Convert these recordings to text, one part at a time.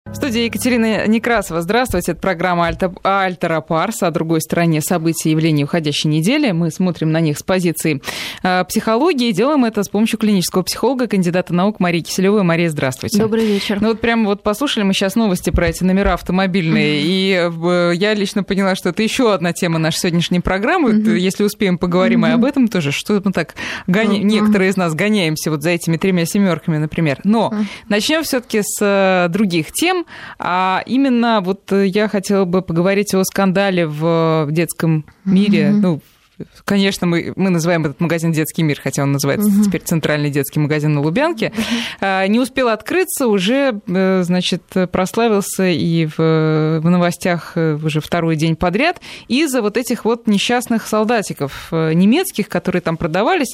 В студии Екатерина Некрасова. Здравствуйте. Это программа «Альтера Парс». О другой стороне событий и явлений уходящей недели. Мы смотрим на них с позиции психологии. И делаем это с помощью клинического психолога, кандидата наук Марии Киселевой. Мария, здравствуйте. Добрый вечер. Ну вот прямо вот послушали мы сейчас новости про эти номера автомобильные. И я лично поняла, что это еще одна тема нашей сегодняшней программы. Если успеем, поговорим и об этом тоже. Что мы так некоторые из нас гоняемся вот за этими 3 семерками, например. Но начнем все-таки с других тем. А именно вот я хотела бы поговорить о скандале в детском мире. Ну, конечно, мы называем этот магазин «Детский мир», хотя он называется теперь «Центральный детский магазин» на Лубянке. Не успел открыться, уже, значит, прославился и в новостях уже 2-й день подряд из-за вот этих вот несчастных солдатиков немецких, которые там продавались.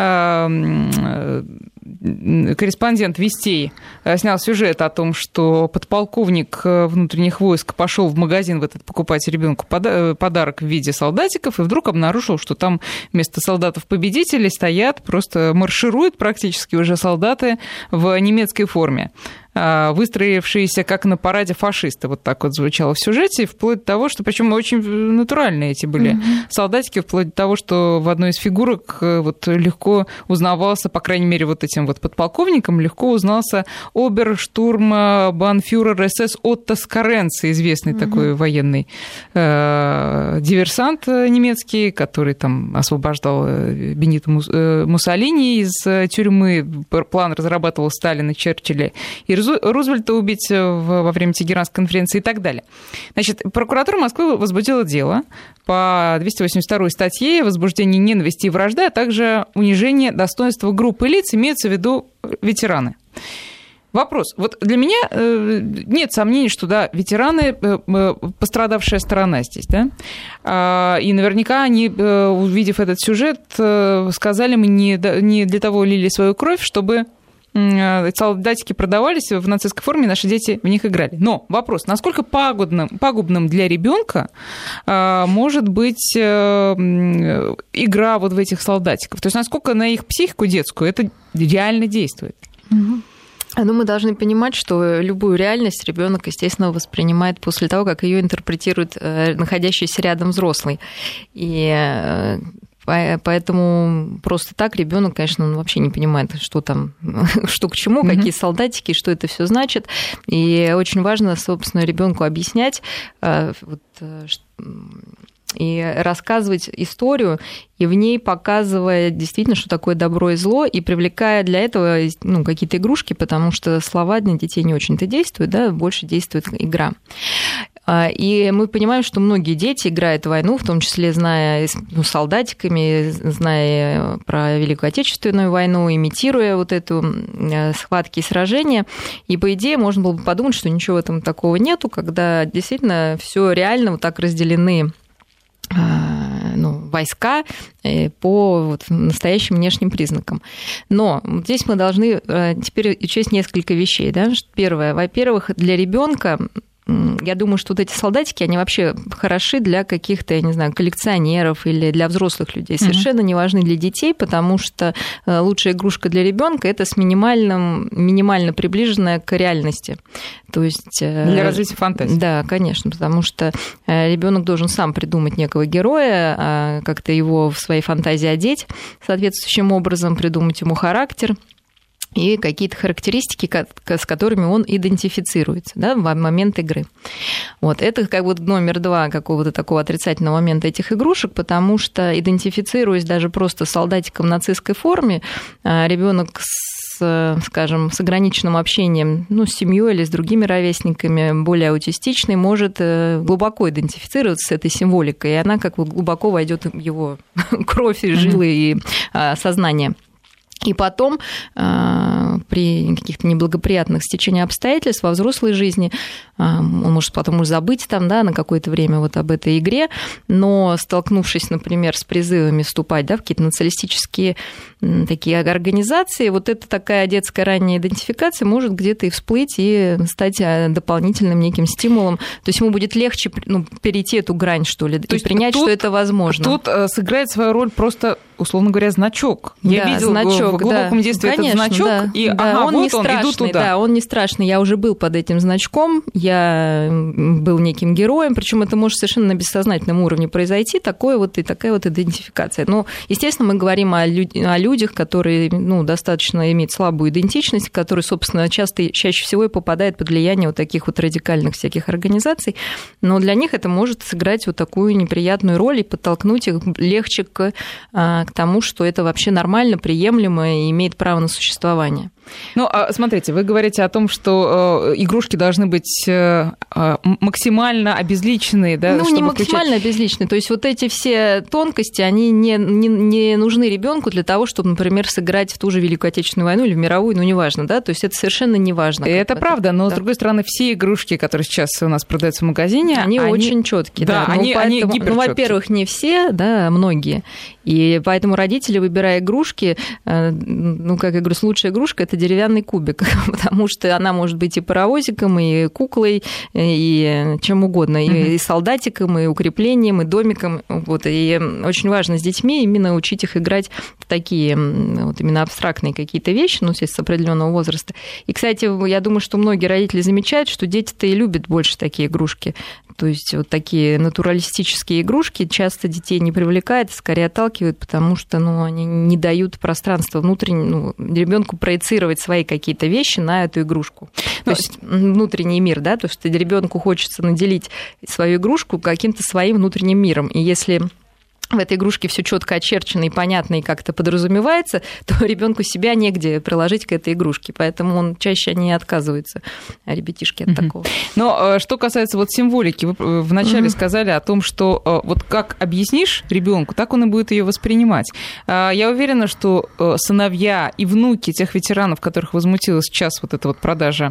Корреспондент «Вестей» снял сюжет о том, что подполковник внутренних войск пошел в магазин в этот покупать ребенку подарок в виде солдатиков и вдруг обнаружил, что там вместо солдатов-победителей стоят, просто маршируют практически уже солдаты в немецкой форме, выстроившиеся как на параде фашисты. Вот так вот звучало в сюжете, вплоть до того, что, причем очень натуральные эти были солдатики, вплоть до того, что в одной из фигурок вот легко узнавался, по крайней мере, вот этим вот подполковником, легко узнался оберштурмбанфюрер СС Отто Скоренце, известный такой военный диверсант немецкий, который там освобождал Бенито Муссолини из тюрьмы, план разрабатывал Сталина, Черчилля и Рузвельта убить во время Тегеранской конференции и так далее. Значит, прокуратура Москвы возбудила дело по 282 статье «Возбуждение ненависти и вражды», а также унижение достоинства группы лиц, имеются в виду ветераны. Вопрос. Вот для меня нет сомнений, что, да, ветераны – пострадавшая сторона здесь, да? И наверняка они, увидев этот сюжет, сказали, мы не для того лили свою кровь, чтобы солдатики продавались в нацистской форме, наши дети в них играли. Но вопрос, насколько пагубным для ребенка может быть игра вот в этих солдатиков? То есть насколько на их психику детскую это реально действует? Ну, мы должны понимать, что любую реальность ребенок, естественно, воспринимает после того, как ее интерпретирует находящийся рядом взрослый. И поэтому просто так ребенок, конечно, он вообще не понимает, что там, что к чему, какие солдатики, что это все значит. И очень важно, собственно, ребенку объяснять и рассказывать историю, и в ней показывая действительно, что такое добро и зло, и привлекая для этого какие-то игрушки, потому что слова для детей не очень-то действуют, да, больше действует игра. И мы понимаем, что многие дети играют в войну, в том числе зная солдатиками, зная про Великую Отечественную войну, имитируя вот эту схватки и сражения. И, по идее, можно было бы подумать, что ничего в этом такого нету, когда действительно все реально вот так разделены войска по настоящим внешним признакам. Но здесь мы должны теперь учесть несколько вещей. Да? Первое, во-первых, для ребенка, я думаю, что вот эти солдатики, они вообще хороши для каких-то, я не знаю, коллекционеров или для взрослых людей. Совершенно не важны для детей, потому что лучшая игрушка для ребенка это с минимально приближенная к реальности. То есть для развития фантазии. Да, конечно, потому что ребенок должен сам придумать некого героя, как-то его в своей фантазии одеть соответствующим образом, придумать ему характер и какие-то характеристики, с которыми он идентифицируется, да, в момент игры. Вот. Это как бы номер 2 какого-то такого отрицательного момента этих игрушек, потому что, идентифицируясь даже просто с солдатиком в нацистской форме, ребенок скажем, с ограниченным общением, с семьей или с другими ровесниками, более аутистичный, может глубоко идентифицироваться с этой символикой, и она как бы глубоко войдет в его кровь и жилы и сознание. И потом при каких-то неблагоприятных стечениях обстоятельств во взрослой жизни он может потом уже забыть там, да, на какое-то время вот об этой игре, но столкнувшись, например, с призывами вступать, да, в какие-то националистические такие организации, вот эта такая детская ранняя идентификация может где-то и всплыть и стать дополнительным неким стимулом. То есть ему будет легче перейти эту грань, что ли, и принять, что это возможно. Тут сыграет свою роль просто условно говоря, значок. Я видела в глубоком детстве этот значок, и он вот не страшный, иду туда. Да, он не страшный. Я уже был под этим значком, я был неким героем, причем это может совершенно на бессознательном уровне произойти, такая вот идентификация. Но, естественно, мы говорим о людях, которые достаточно имеют слабую идентичность, которые, собственно, чаще всего и попадают под влияние вот таких вот радикальных всяких организаций, но для них это может сыграть вот такую неприятную роль и подтолкнуть их легче к тому, что это вообще нормально, приемлемо и имеет право на существование. Ну, смотрите, вы говорите о том, что игрушки должны быть максимально обезличенные, да? Не максимально обезличенные. То есть вот эти все тонкости, они не нужны ребенку для того, чтобы, например, сыграть в ту же Великую Отечественную войну или в мировую, неважно, да? То есть это совершенно не важно. Это правда, но, с другой стороны, все игрушки, которые сейчас у нас продаются в магазине, они очень четкие. Да, они гиперчёткие. Во-первых, не все, да, многие. И поэтому родители, выбирая игрушки, как я говорю, лучшая игрушка – это деревянный кубик, потому что она может быть и паровозиком, и куклой, и чем угодно, и солдатиком, и укреплением, и домиком. Вот. И очень важно с детьми именно учить их играть в такие вот именно абстрактные какие-то вещи, с определенного возраста. И, кстати, я думаю, что многие родители замечают, что дети-то и любят больше такие игрушки. То есть вот такие натуралистические игрушки часто детей не привлекают, скорее отталкивают, потому что они не дают пространства внутреннему ребенку проецировать свои какие-то вещи на эту игрушку. То есть внутренний мир, да, то есть ребенку хочется наделить свою игрушку каким-то своим внутренним миром. И если в этой игрушке все четко очерчено и понятно, и как-то подразумевается, то ребенку себя негде приложить к этой игрушке. Поэтому он чаще не отказывается, ребятишки, от такого. Но что касается вот символики, вы вначале сказали о том, что вот как объяснишь ребенку, так он и будет ее воспринимать. Я уверена, что сыновья и внуки тех ветеранов, которых возмутила сейчас вот эта вот продажа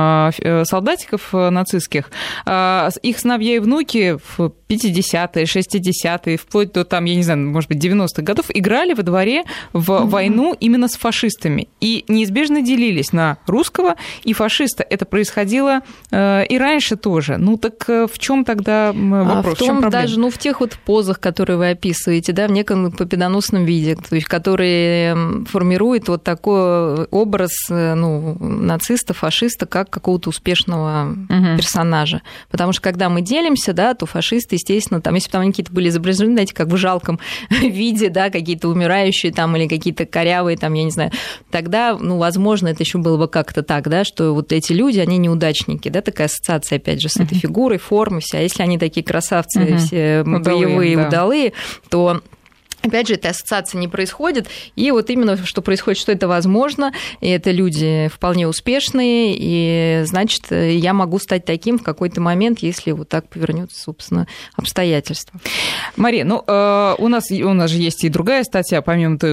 солдатиков нацистских, их сыновья и внуки в 50-е, 60-е, вплоть до там, я не знаю, может быть, 90-х годов, играли во дворе в войну именно с фашистами. И неизбежно делились на русского и фашиста. Это происходило и раньше тоже. Так в чем тогда вопрос? В том даже, в тех вот позах, которые вы описываете, да, в неком победоносном виде, то есть которые формируют вот такой образ нациста, фашиста, как какого-то успешного персонажа. Потому что когда мы делимся, да, то фашисты, естественно, там, если бы там какие-то были изображены, знаете, как в жалком виде, да, какие-то умирающие там или какие-то корявые там, я не знаю, тогда, возможно, это еще было бы как-то так, да, что вот эти люди, они неудачники, да, такая ассоциация, опять же, с этой фигурой, формой, вся. А если они такие красавцы, все боевые, удалые, то... Опять же, эта ассоциация не происходит, и вот именно что происходит, что это возможно, и это люди вполне успешные, и, значит, я могу стать таким в какой-то момент, если вот так повернется, собственно, обстоятельства. Мария, у нас же есть и другая статья, помимо той,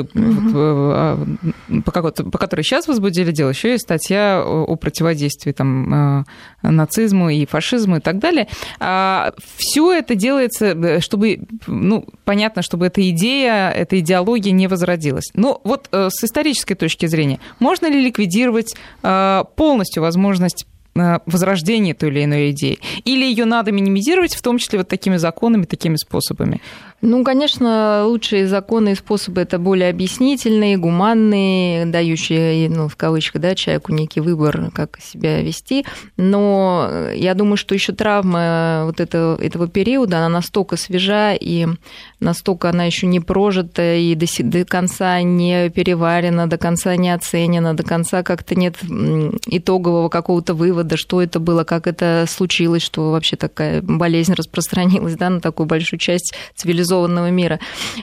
по которой сейчас возбудили дело, еще есть статья о противодействии там, нацизму и фашизму и так далее. Все это делается, чтобы, понятно, чтобы эта идеология не возродилась. Но вот с исторической точки зрения, можно ли ликвидировать полностью возможность возрождения той или иной идеи? Или ее надо минимизировать, в том числе вот такими законами, такими способами? Конечно, лучшие законы и способы – это более объяснительные, гуманные, дающие, в кавычках, да, человеку некий выбор, как себя вести. Но я думаю, что еще травма вот этого периода, она настолько свежа и настолько она еще не прожита и до конца не переварена, до конца не оценена, до конца как-то нет итогового какого-то вывода, что это было, как это случилось, что вообще такая болезнь распространилась, да, на такую большую часть цивилизованного мира,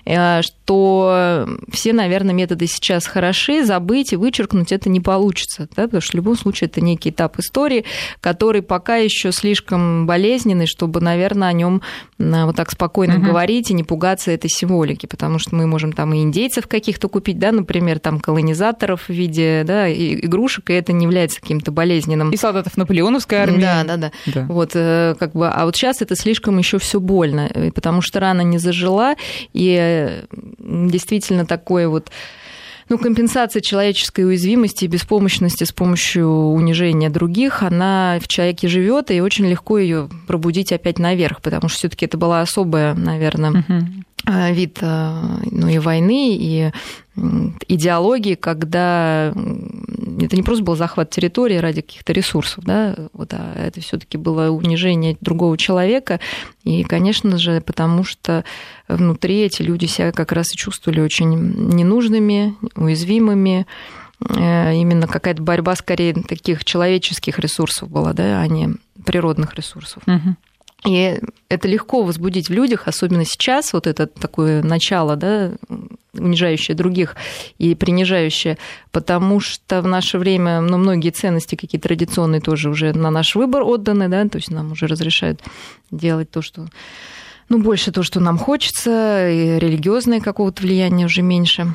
что все, наверное, методы сейчас хороши, забыть и вычеркнуть это не получится, да, потому что в любом случае это некий этап истории, который пока еще слишком болезненный, чтобы, наверное, о нем вот так спокойно говорить и не пугаться этой символики, потому что мы можем там и индейцев каких-то купить, да, например, там колонизаторов в виде, да, игрушек, и это не является каким-то болезненным. И солдатов наполеоновской армии. Да. Вот, а вот сейчас это слишком еще все больно, потому что рана не зажила, и действительно такое вот компенсация человеческой уязвимости и беспомощности с помощью унижения других, она в человеке живет, и очень легко ее пробудить опять наверх, потому что все-таки это была особая, наверное, вид и войны, и идеологии, когда это не просто был захват территории ради каких-то ресурсов, да, а это все-таки было унижение другого человека. И, конечно же, потому что внутри эти люди себя как раз и чувствовали очень ненужными, уязвимыми. Именно какая-то борьба скорее таких человеческих ресурсов была, да, а не природных ресурсов. Угу. И это легко возбудить в людях, особенно сейчас, вот это такое начало, да, унижающее других и принижающее, потому что в наше время многие ценности какие-то традиционные тоже уже на наш выбор отданы, да, то есть нам уже разрешают делать то, что, больше то, что нам хочется, и религиозное какого-то влияния уже меньше.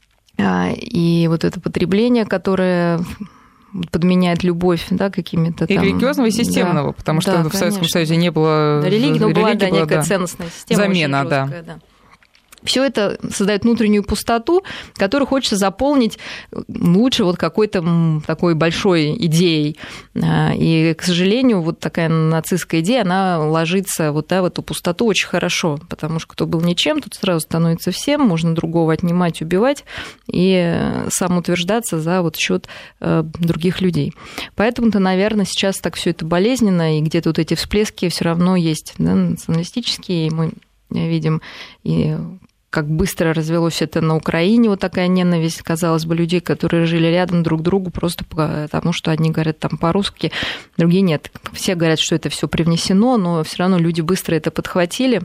И вот это потребление, которое подменяет любовь, да, какими-то там... И религиозного, и системного, потому что в Советском Союзе не было... Религии, но была некая ценностная система. Замена, да. Все это создает внутреннюю пустоту, которую хочется заполнить лучше вот какой-то такой большой идеей. И, к сожалению, вот такая нацистская идея, она ложится в эту пустоту очень хорошо, потому что кто был ничем, тут сразу становится всем, можно другого отнимать, убивать и самоутверждаться за счет других людей. Поэтому-то, наверное, сейчас так все это болезненно, и где-то вот эти всплески все равно есть, да, националистические, и мы видим, и как быстро развелось это на Украине, вот такая ненависть, казалось бы, людей, которые жили рядом друг к другу, просто потому что одни говорят там по-русски, другие нет. Все говорят, что это все привнесено, но все равно люди быстро это подхватили,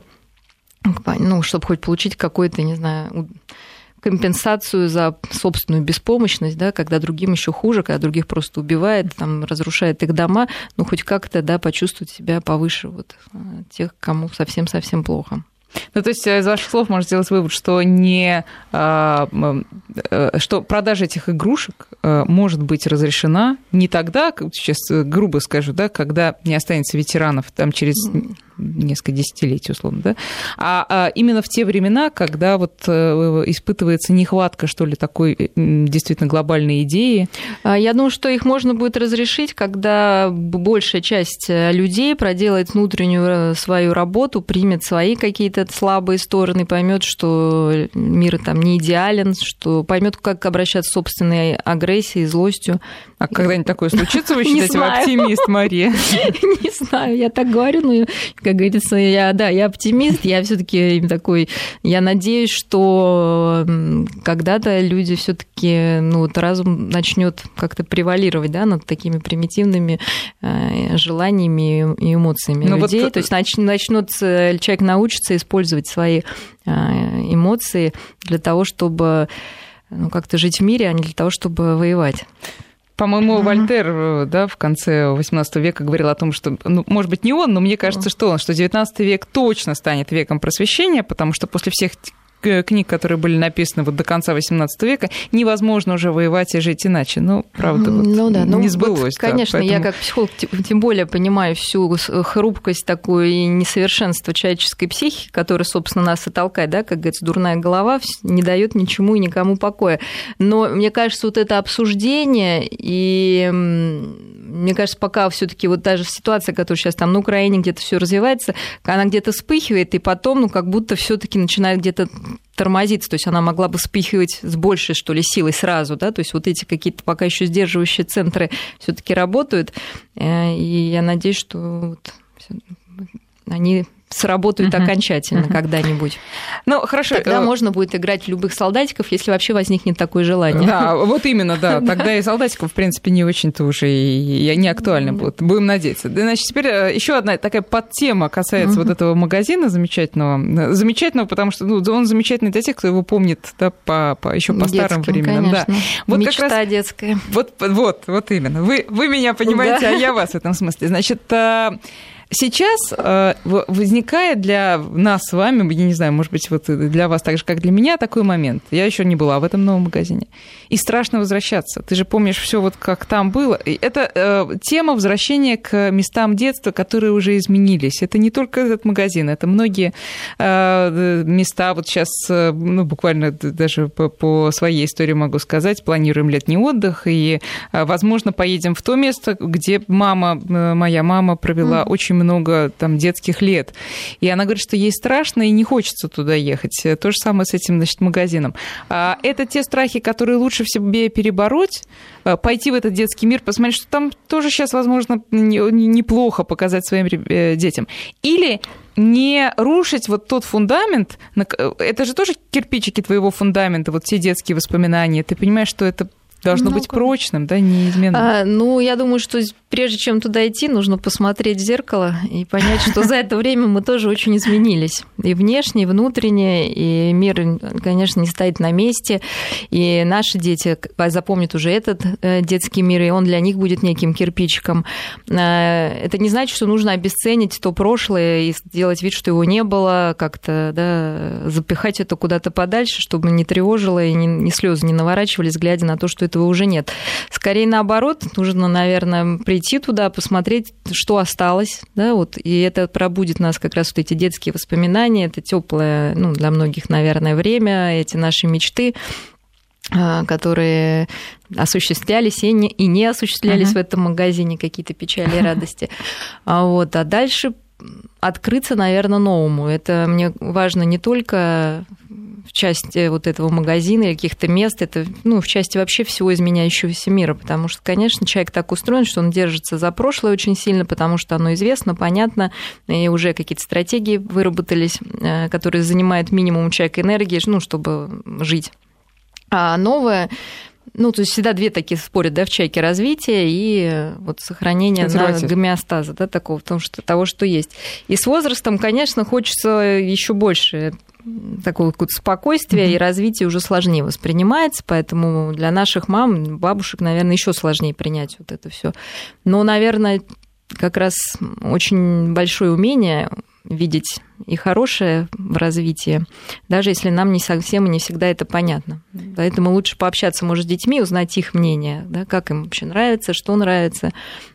чтобы хоть получить какой-то, не знаю, компенсацию за собственную беспомощность, да, когда другим еще хуже, когда других просто убивает, там, разрушает их дома, хоть как-то, да, почувствовать себя повыше тех, кому совсем-совсем плохо. То есть из ваших слов можно сделать вывод, что что продажа этих игрушек может быть разрешена не тогда, сейчас грубо скажу, да, когда не останется ветеранов там через несколько десятилетий, условно, да, а именно в те времена, когда испытывается нехватка, что ли, такой действительно глобальной идеи. Я думаю, что их можно будет разрешить, когда большая часть людей проделает внутреннюю свою работу, примет свои какие-то слабые стороны, поймет, что мир там не идеален, что поймет, как обращаться с собственной агрессией, злостью. А когда-нибудь такое случится, вы считаете, вы оптимист, Мария? Не знаю, я так говорю, но, как говорится, я оптимист, я все-таки такой, я надеюсь, что когда-то люди все-таки, разум начнет как-то превалировать, да, над такими примитивными желаниями и эмоциями людей. То есть начнет человек научиться использовать свои эмоции для того, чтобы как-то жить в мире, а не для того, чтобы воевать. По-моему, Вольтер, да, в конце XVIII века говорил о том, что, может быть, не он, но мне кажется, что XIX век точно станет веком просвещения, потому что после всех книг, которые были написаны до конца XVIII века, невозможно уже воевать и жить иначе. Правда, не сбылось. Конечно, поэтому... я как психолог тем более понимаю всю хрупкость такую и несовершенство человеческой психики, которая, собственно, нас и толкает, да, как говорится, дурная голова не дает ничему и никому покоя. Но мне кажется, это обсуждение, и мне кажется, пока все-таки даже ситуация, которая сейчас там на Украине где-то все развивается, она где-то вспыхивает, и потом, как будто все-таки начинает где-то тормозиться, то есть она могла бы вспыхивать с большей, что ли, силой сразу, да, то есть эти какие-то пока еще сдерживающие центры все-таки работают, и я надеюсь, что они сработают окончательно когда-нибудь. Хорошо. Тогда можно будет играть в любых солдатиков, если вообще возникнет такое желание. Да, вот именно, да. Тогда и солдатиков, в принципе, не очень-то уже и не актуально будут. Будем надеяться. Значит, теперь еще одна такая подтема касается этого магазина замечательного. Замечательного, потому что он замечательный для тех, кто его помнит, да, еще по старым временам. Да. Мечта как раз... детская. Вот именно. Вы меня понимаете, а я вас в этом смысле. Значит, сейчас возникает для нас с вами, я не знаю, может быть, для вас так же, как для меня, такой момент. Я еще не была в этом новом магазине. И страшно возвращаться. Ты же помнишь все как там было. Это тема возвращения к местам детства, которые уже изменились. Это не только этот магазин, это многие места. Вот сейчас, буквально даже по своей истории могу сказать, планируем летний отдых, и, возможно, поедем в то место, где моя мама провела очень много там детских лет. И она говорит, что ей страшно и не хочется туда ехать. То же самое с этим, значит, магазином. Это те страхи, которые лучше в себе перебороть, пойти в этот детский мир, посмотреть, что там тоже сейчас, возможно, неплохо показать своим детям. Или не рушить вот тот фундамент, это же тоже кирпичики твоего фундамента, вот те детские воспоминания. Ты понимаешь, что это должно быть прочным, да, неизменным? Я думаю, что прежде чем туда идти, нужно посмотреть в зеркало и понять, что за это время мы тоже очень изменились. И внешне, и внутренне, и мир, конечно, не стоит на месте. И наши дети запомнят уже этот детский мир, и он для них будет неким кирпичиком. Это не значит, что нужно обесценить то прошлое и сделать вид, что его не было, как-то запихать это куда-то подальше, чтобы не тревожило и ни слезы не наворачивались, глядя на то, что этого уже нет. Скорее наоборот, нужно, наверное, прийти туда, посмотреть, что осталось, да, вот, и это пробудит нас как раз вот эти детские воспоминания, это теплое, для многих, наверное, время, эти наши мечты, которые осуществлялись и не осуществлялись в этом магазине, какие-то печали и радости. А дальше открыться, наверное, новому. Это мне важно не только в части вот этого магазина или каких-то мест, это в части вообще всего изменяющегося мира, потому что, конечно, человек так устроен, что он держится за прошлое очень сильно, потому что оно известно, понятно, и уже какие-то стратегии выработались, которые занимают минимум человека энергии, чтобы жить. А новое... то есть всегда две такие спорят, в человеке развитие и вот сохранение гомеостаза, того, что есть. И с возрастом, конечно, хочется еще больше такого какого-то спокойствия, и развитие уже сложнее воспринимается, поэтому для наших мам, бабушек, наверное, еще сложнее принять вот это все. Но, наверное, как раз очень большое умение видеть и хорошее в развитии, даже если нам не совсем и не всегда это понятно. Поэтому лучше пообщаться, может, с детьми, узнать их мнение, как им вообще нравится, что нравится,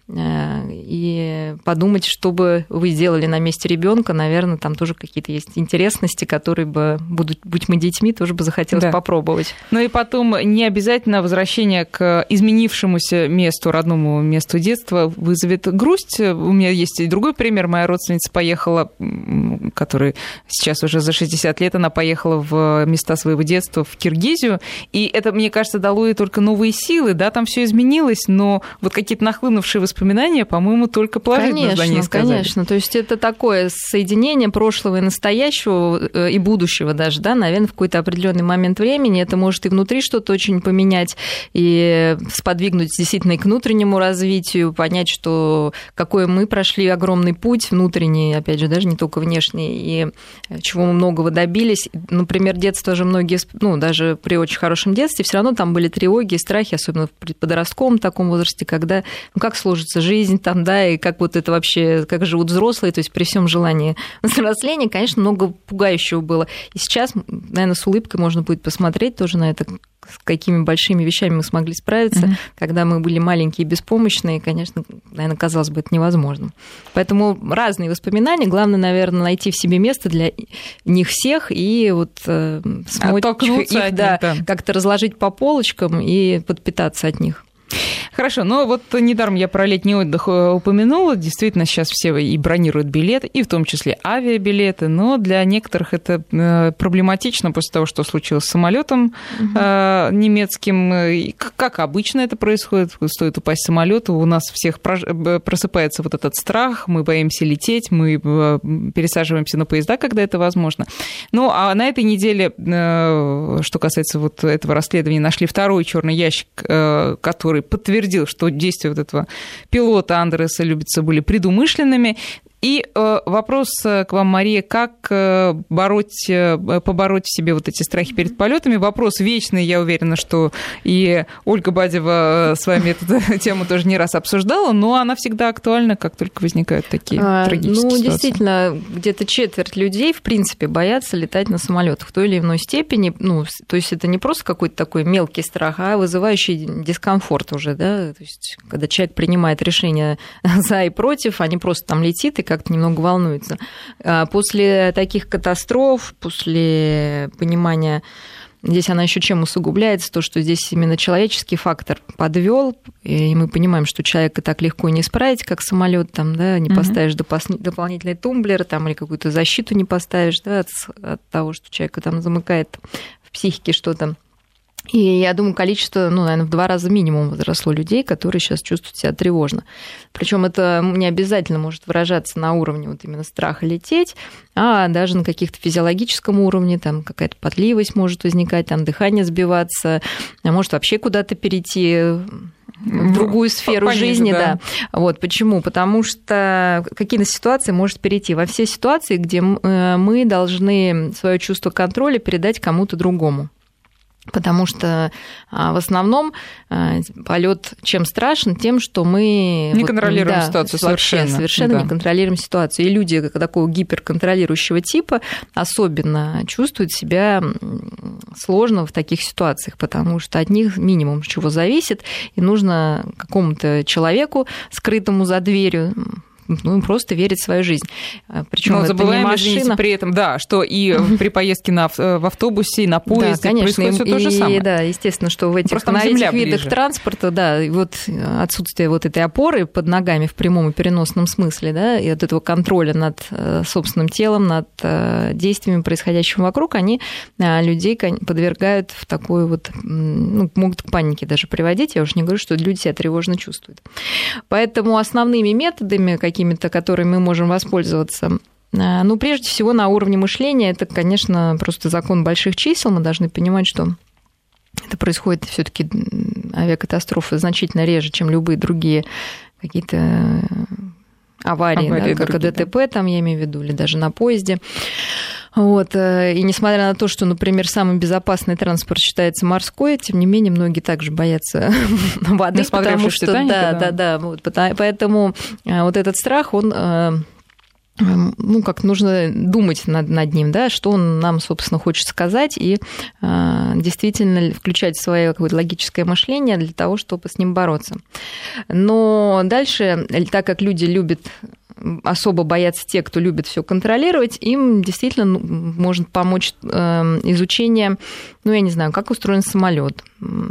и подумать, что бы вы сделали на месте ребенка. Наверное, там тоже какие-то есть интересности, которые бы, будь мы детьми, тоже бы захотелось попробовать. Ну и потом не обязательно возвращение к изменившемуся месту, родному месту детства вызовет грусть. У меня есть и другой пример. Моя родственница поехала, которой сейчас уже за 60 лет, она поехала в места своего детства, в Киргизию, и это, мне кажется, дало ей только новые силы, там все изменилось, но вот какие-то нахлынувшие воспоминания, по-моему, только положительно за ней сказали. Конечно, то есть это такое соединение прошлого и настоящего, и будущего даже, наверное, в какой-то определенный момент времени. Это может и внутри что-то очень поменять, и сподвигнуть действительно и к внутреннему развитию, понять, что какой мы прошли огромный путь внутренний, опять же, даже не только внешний, и чего мы многого добились. Например, детство же многие, даже при очень хорошем детстве, все равно там были тревоги и страхи, особенно в подростковом таком возрасте, когда, как сложится жизнь там, и как вот это вообще, как живут взрослые, то есть при всем желании взросления, конечно, много пугающего было. И сейчас, наверное, с улыбкой можно будет посмотреть тоже на это, с какими большими вещами мы смогли справиться, когда мы были маленькие и беспомощные, конечно, наверное, казалось бы, это невозможно. Поэтому разные воспоминания, главное, наверное, найти в себе место для них всех и смочь их, как-то разложить по полочкам и подпитаться от них. Хорошо, но недаром я про летний отдых упомянула. Действительно, сейчас все и бронируют билеты, и в том числе авиабилеты, но для некоторых это проблематично после того, что случилось с самолетом немецким. Как обычно это происходит, стоит упасть с самолета, у нас всех просыпается вот этот страх, мы боимся лететь, мы пересаживаемся на поезда, когда это возможно. Ну, а на этой неделе, что касается этого расследования, нашли второй черный ящик, который подтвердил, что действия этого пилота Андреса Любица были предумышленными. И вопрос к вам, Мария, как побороть в себе вот эти страхи перед полетами? Вопрос вечный, я уверена, что и Ольга Бадева с вами эту тему тоже не раз обсуждала, но она всегда актуальна, как только возникают такие трагические ситуации. Действительно, где-то четверть людей, в принципе, боятся летать на самолетах в той или иной степени. То есть это не просто какой-то такой мелкий страх, а вызывающий дискомфорт уже, То есть когда человек принимает решение за и против, а не просто там летит и как-то немного волнуется. После таких катастроф, после понимания здесь она еще чем усугубляется, то, что здесь именно человеческий фактор подвел, и мы понимаем, что человека так легко не исправить, как самолет, там, да, не поставишь дополнительный тумблер, там, или какую-то защиту не поставишь, да, от того, что человека там замыкает в психике что-то. И я думаю, количество, наверное, в 2 раза минимум возросло людей, которые сейчас чувствуют себя тревожно. Причем это не обязательно может выражаться на уровне вот именно страха лететь, а даже на каких-то физиологическом уровне, там какая-то потливость может возникать, там дыхание сбиваться, а может вообще куда-то перейти в другую сферу жизни, да. Вот почему? Потому что какие-то ситуации может перейти во все ситуации, где мы должны свое чувство контроля передать кому-то другому. Потому что в основном полет чем страшен? Тем, что мы не контролируем ситуацию совершенно не контролируем ситуацию. И люди такого гиперконтролирующего типа особенно чувствуют себя сложно в таких ситуациях, потому что от них минимум чего зависит, и нужно какому-то человеку, скрытому за дверью, просто верить в свою жизнь. Причем это забываем, не машина. Извините, при этом, да, что и при поездке в автобусе, и на поезде, да, происходит все то же самое. Да, естественно, что на этих видах транспорта, да, и вот отсутствие вот этой опоры под ногами в прямом и переносном смысле, да, и от этого контроля над собственным телом, над действиями, происходящими вокруг, они людей подвергают в такую вот, могут к панике даже приводить. Я уже не говорю, что люди себя тревожно чувствуют. Поэтому основными методами, какими-то, которыми мы можем воспользоваться, прежде всего на уровне мышления, это, конечно, просто закон больших чисел. Мы должны понимать, что это происходит все-таки авиакатастрофы значительно реже, чем любые другие какие-то аварии, да, как ДТП, там я имею в виду, или даже на поезде. Вот. И несмотря на то, что, например, самый безопасный транспорт считается морской, тем не менее, многие также боятся воды, потому что... Да. Вот, поэтому вот этот страх, он... как нужно думать над ним, да, что он нам, собственно, хочет сказать, и действительно включать свое какое-то логическое мышление для того, чтобы с ним бороться. Но дальше, так как люди любят, особо боятся те, кто любит все контролировать, им действительно может помочь изучение, я не знаю, как устроен самолет,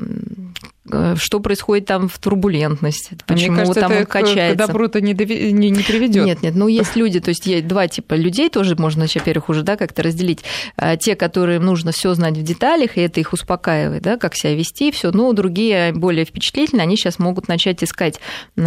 что происходит там в турбулентность, почему мне кажется, там он качается. К добру-то не приведет. Нет, есть люди, то есть есть 2 типа людей, тоже можно, во-первых, уже, да, как-то разделить. Те, которым нужно все знать в деталях, и это их успокаивает, да, как себя вести, все. Другие, более впечатлительные, они сейчас могут начать искать,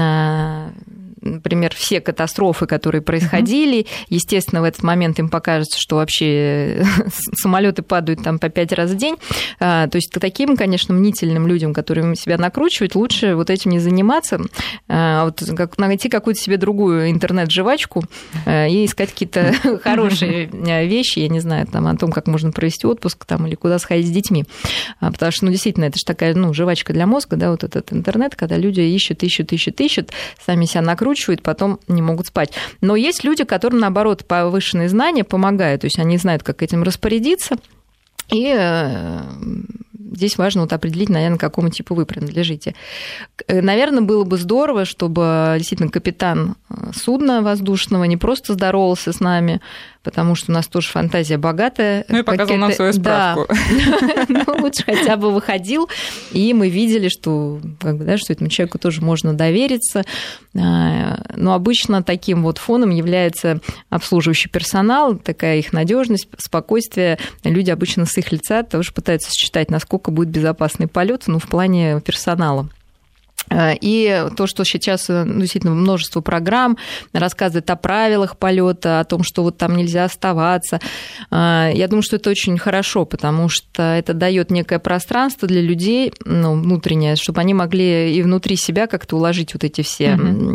например, все катастрофы, которые происходили. Естественно, в этот момент им покажется, что вообще самолеты падают там по 5 раз в день. То есть таким, конечно, мнительным людям, которые себя накручивают, лучше вот этим не заниматься, найти какую-то себе другую интернет-жвачку и искать какие-то хорошие вещи, я не знаю, там, о том, как можно провести отпуск там, или куда сходить с детьми. Потому что, действительно, это же такая жвачка для мозга, да, вот этот интернет, когда люди ищут, сами себя накручивают, потом не могут спать. Но есть люди, которым, наоборот, повышенные знания помогают, то есть они знают, как этим распорядиться, и здесь важно определить, наверное, к какому типу вы принадлежите. Наверное, было бы здорово, чтобы действительно капитан судна воздушного не просто здоровался с нами, потому что у нас тоже фантазия богатая. И показал нам свою справку. Да. Лучше хотя бы выходил, и мы видели, что, что этому человеку тоже можно довериться. Но обычно таким вот фоном является обслуживающий персонал, такая их надежность, спокойствие. Люди обычно с их лица тоже пытаются считать, насколько будет безопасный полет, в плане персонала. И то, что сейчас действительно множество программ рассказывает о правилах полета, о том, что вот там нельзя оставаться, я думаю, что это очень хорошо, потому что это дает некое пространство для людей, внутреннее, чтобы они могли и внутри себя как-то уложить вот эти все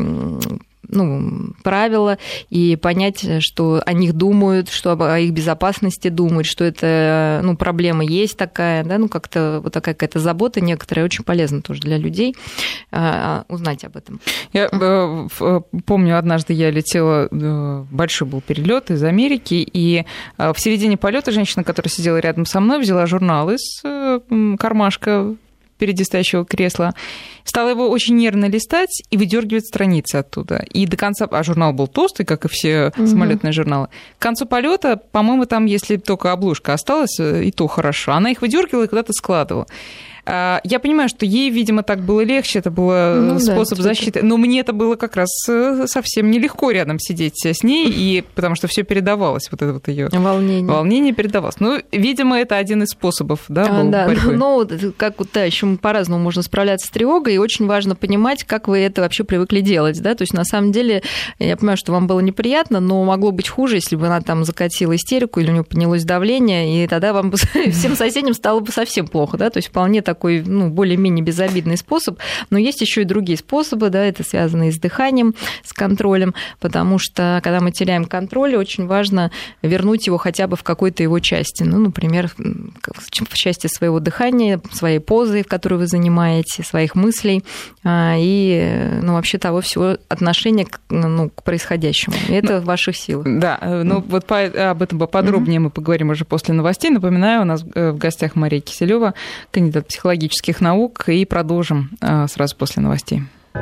правила и понять, что о них думают, что о их безопасности думают, что это проблема есть такая, да, как-то вот такая какая-то забота некоторая, очень полезна тоже для людей узнать об этом. Я помню, однажды я летела, большой был перелет из Америки, и в середине полета женщина, которая сидела рядом со мной, взяла журнал из кармашка впереди стоящего кресла стала его очень нервно листать и выдергивать страницы оттуда. И до конца... А журнал был толстый, как и все самолетные журналы. К концу полета, по-моему, там, если только обложка осталась, и то хорошо. Она их выдергивала и куда-то складывала. Я понимаю, что ей, видимо, так было легче, это был способ защиты, но мне это было как раз совсем нелегко рядом сидеть с ней, и потому что все передавалось, вот это вот ее волнение передавалось. Ну, видимо, это один из способов, да, был борьбы. Ну, как вот, еще по-разному можно справляться с тревогой, и очень важно понимать, как вы это вообще привыкли делать, да, то есть на самом деле, я понимаю, что вам было неприятно, но могло быть хуже, если бы она там закатила истерику, или у нее поднялось давление, и тогда вам бы всем соседям стало бы совсем плохо, да, то есть вполне такой, более-менее безобидный способ, но есть еще и другие способы, да, это связано и с дыханием, с контролем, потому что, когда мы теряем контроль, очень важно вернуть его хотя бы в какой-то его части, например, в части своего дыхания, своей позы, в которой вы занимаете, своих мыслей и, вообще того всего отношения к происходящему. И это в ваших силах. Да, вот об этом поподробнее мы поговорим уже после новостей. Напоминаю, у нас в гостях Мария Киселева, кандидат психологических наук, и продолжим сразу после новостей.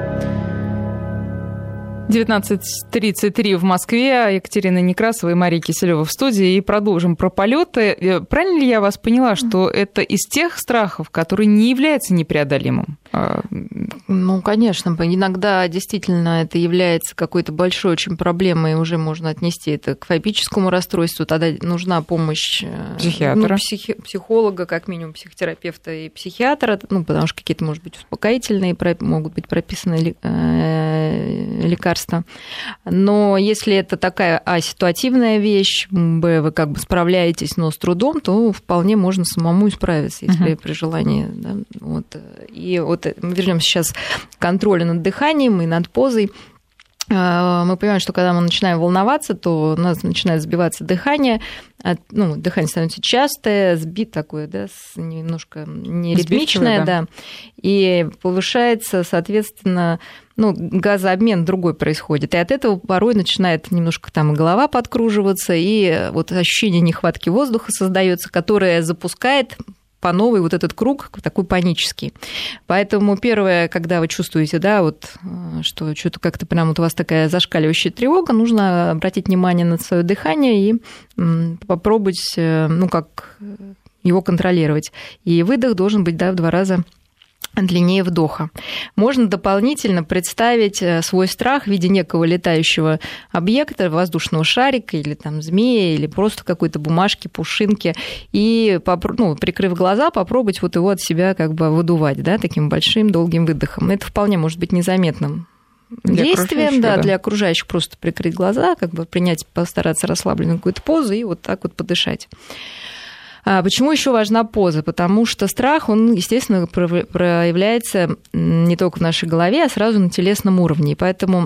19:33 в Москве. Екатерина Некрасова и Мария Киселева в студии. И продолжим про полеты. Правильно ли я вас поняла, что это из тех страхов, которые не являются непреодолимым? Конечно. Иногда действительно это является какой-то большой очень проблемой, и уже можно отнести это к фобическому расстройству. Тогда нужна помощь психиатра, психолога, как минимум психотерапевта и психиатра, потому что какие-то, может быть, успокоительные могут быть прописаны лекарства. Но если это такая ситуативная вещь, вы как бы справляетесь, но с трудом, то вполне можно самому справиться, если при желании. Да? И мы вернемся сейчас к контролю над дыханием и над позой. Мы понимаем, что когда мы начинаем волноваться, то у нас начинает сбиваться дыхание, дыхание становится частое, такое, да, немножко неритмичное, да, и повышается, соответственно, газообмен другой происходит. И от этого порой начинает немножко там и голова подкруживаться, и вот ощущение нехватки воздуха создается, которое запускает по новой вот этот круг такой панический. Поэтому первое, когда вы чувствуете, да, что что-то как-то прям у вас такая зашкаливающая тревога, нужно обратить внимание на свое дыхание и попробовать, как его контролировать. И выдох должен быть, да, в 2 раза длиннее вдоха. Можно дополнительно представить свой страх в виде некого летающего объекта, воздушного шарика или там змея, или просто какой-то бумажки, пушинки, и, прикрыв глаза, попробовать его от себя как бы выдувать, да, таким большим долгим выдохом. Это вполне может быть незаметным действием, для окружающих, просто прикрыть глаза, как бы постараться расслабленную какую-то позу и вот так вот подышать. Почему еще важна поза? Потому что страх, он, естественно, проявляется не только в нашей голове, а сразу на телесном уровне. И поэтому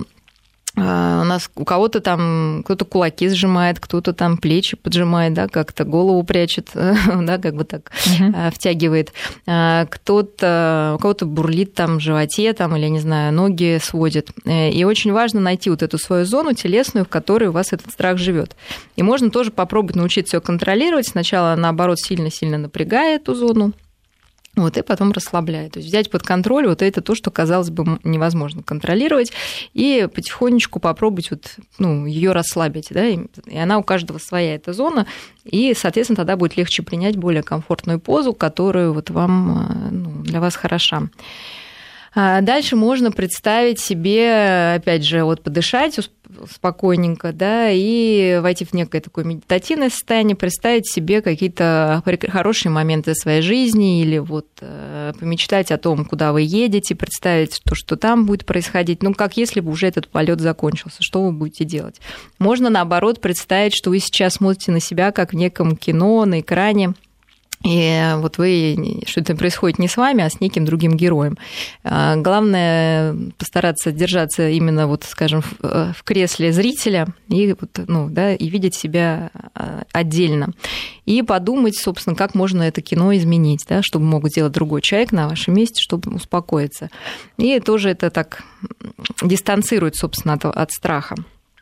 у кого-то там кто-то кулаки сжимает, кто-то там плечи поджимает, да, как-то голову прячет, да, как бы так втягивает. У кого-то бурлит там в животе, там, или, не знаю, ноги сводит. И очень важно найти вот эту свою зону телесную, в которой у вас этот страх живет. И можно тоже попробовать научиться ее контролировать. Сначала, наоборот, сильно-сильно напрягая эту зону, и потом расслабляет. То есть взять под контроль это то, что, казалось бы, невозможно контролировать, и потихонечку попробовать ее расслабить. Да? И она у каждого своя, эта зона, и, соответственно, тогда будет легче принять более комфортную позу, которую для вас хороша. Дальше можно представить себе, опять же, подышать спокойненько, да, и войти в некое такое медитативное состояние, представить себе какие-то хорошие моменты своей жизни или помечтать о том, куда вы едете, представить то, что там будет происходить, как если бы уже этот полет закончился, что вы будете делать. Можно, наоборот, представить, что вы сейчас смотрите на себя, как в неком кино на экране, и что это происходит не с вами, а с неким другим героем. Главное постараться держаться именно, скажем, в кресле зрителя и, и видеть себя отдельно. И подумать, собственно, как можно это кино изменить, да, чтобы мог сделать другой человек на вашем месте, чтобы успокоиться. И тоже это так дистанцирует, собственно, от страха.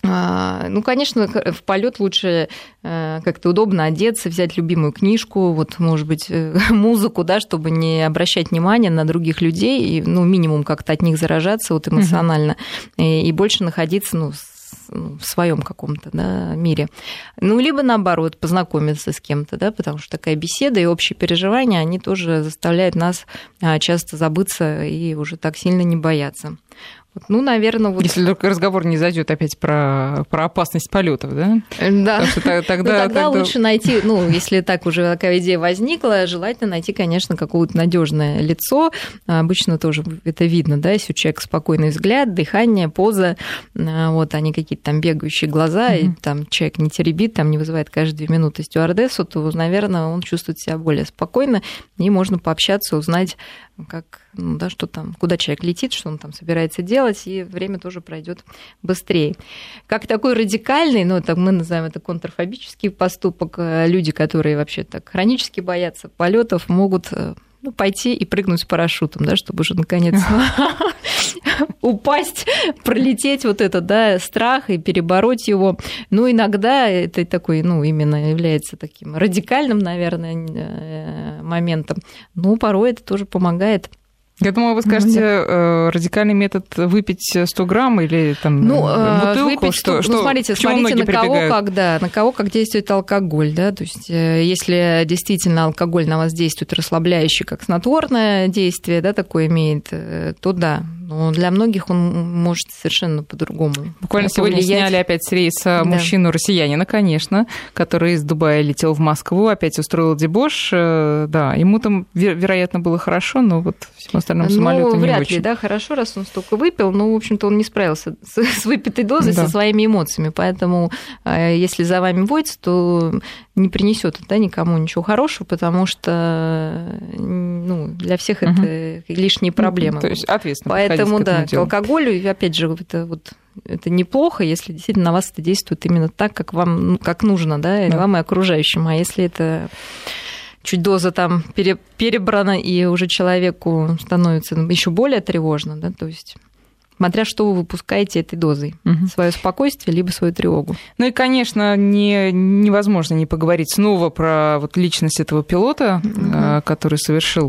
Ну, конечно, в полет лучше как-то удобно одеться, взять любимую книжку, вот, может быть, музыку, да, чтобы не обращать внимания на других людей, и, ну, минимум как-то от них заражаться вот эмоционально, и больше находиться, ну, в своем каком-то, да, мире. Ну, либо наоборот, познакомиться с кем-то, да, потому что такая беседа и общие переживания, они тоже заставляют нас часто забыться и уже так сильно не бояться. Вот, ну, наверное, вот... Если только разговор не зайдет опять про опасность полетов, да? Да. Тогда лучше найти, ну, если так уже такая идея возникла, желательно найти, конечно, какое-то надежное лицо. Обычно тоже это видно, да, если у человека спокойный взгляд, дыхание, поза, вот, а не какие-то там бегающие глаза, и там человек не теребит, там не вызывает каждые 2 минуты стюардессу, то, наверное, он чувствует себя более спокойно, и можно пообщаться, узнать, как, ну, да, что там, куда человек летит, что он там собирается делать, и время тоже пройдет быстрее. Как такой радикальный, ну, так мы называем это контрфобический поступок, люди, которые вообще так хронически боятся полетов, могут, ну, пойти и прыгнуть с парашютом, да, чтобы уже наконец упасть, пролететь вот этот, да, страх и перебороть его. Ну, иногда это такой, ну, именно является таким радикальным, наверное, моментом. Но порой это тоже помогает. Я думаю, вы скажете, радикальный метод выпить 100 грамм или там бутылку, что смотрите, на кого как действует алкоголь, да, то есть если действительно алкоголь на вас действует расслабляюще, как снотворное действие, да, такое имеет, то да. Но для многих он может совершенно по-другому. Буквально сегодня сняли опять с рейса мужчину-россиянина, конечно, который из Дубая летел в Москву, опять устроил дебош. Да, ему там, вероятно, было хорошо, но вот всему остальному самолету не очень. Вряд ли, да, хорошо, раз он столько выпил, но, в общем-то, он не справился с выпитой дозой, со своими эмоциями. Поэтому, если за вами водится, то не принесет, да, никому ничего хорошего, потому что, ну, для всех это лишние проблемы. То есть ответственно. Поэтому, да, к алкоголю, опять же, это неплохо, если действительно на вас это действует именно так, как вам, как нужно, да, и вам и окружающим. А если это чуть доза там перебрана, и уже человеку становится еще более тревожно, да, то есть смотря что вы выпускаете этой дозой, свое спокойствие либо свою тревогу. Ну и, конечно, невозможно не поговорить снова про вот личность этого пилота, который совершил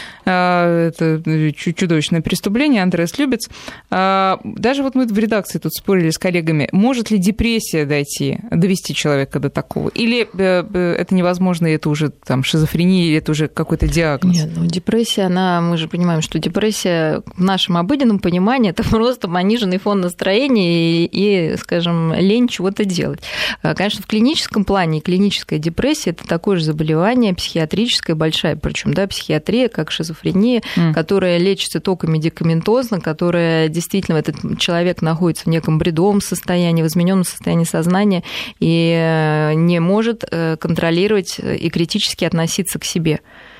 это чудовищное преступление, Андреас Любец. Даже вот мы в редакции тут спорили с коллегами, может ли депрессия довести человека до такого? Или это невозможно, и это уже там шизофрения, или это уже какой-то диагноз? Нет, ну депрессия, мы же понимаем, что депрессия в нашем обыденном понимании это просто пониженный фон настроения и, скажем, лень чего-то делать. Конечно, в клиническом плане клиническая депрессия это такое же заболевание психиатрическое, большая, причем, да, психиатрия, как шизофрения, которая лечится только медикаментозно, которая действительно, этот человек находится в неком бредовом состоянии, в измененном состоянии сознания и не может контролировать и критически относиться к себе.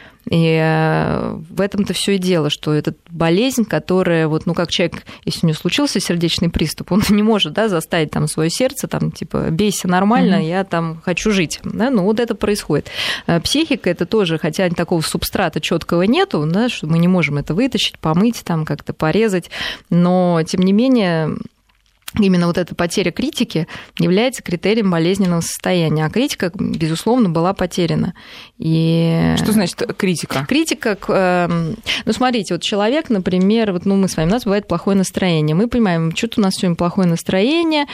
И в этом-то все и дело, что это болезнь, которая, вот, ну, как человек, если у него случился сердечный приступ, он не может, да, заставить там свое сердце, там, типа, бейся нормально, я там хочу жить, да, ну, вот это происходит. Психика это тоже, хотя такого субстрата четкого нету, да, что мы не можем это вытащить, помыть, там, как-то порезать, но, тем не менее, именно вот эта потеря критики является критерием болезненного состояния. А критика, безусловно, была потеряна. И... Что значит критика? Критика, ну, смотрите, вот человек, например, вот, ну, мы с вами, у нас бывает плохое настроение. Мы понимаем, что-то у нас сегодня плохое настроение,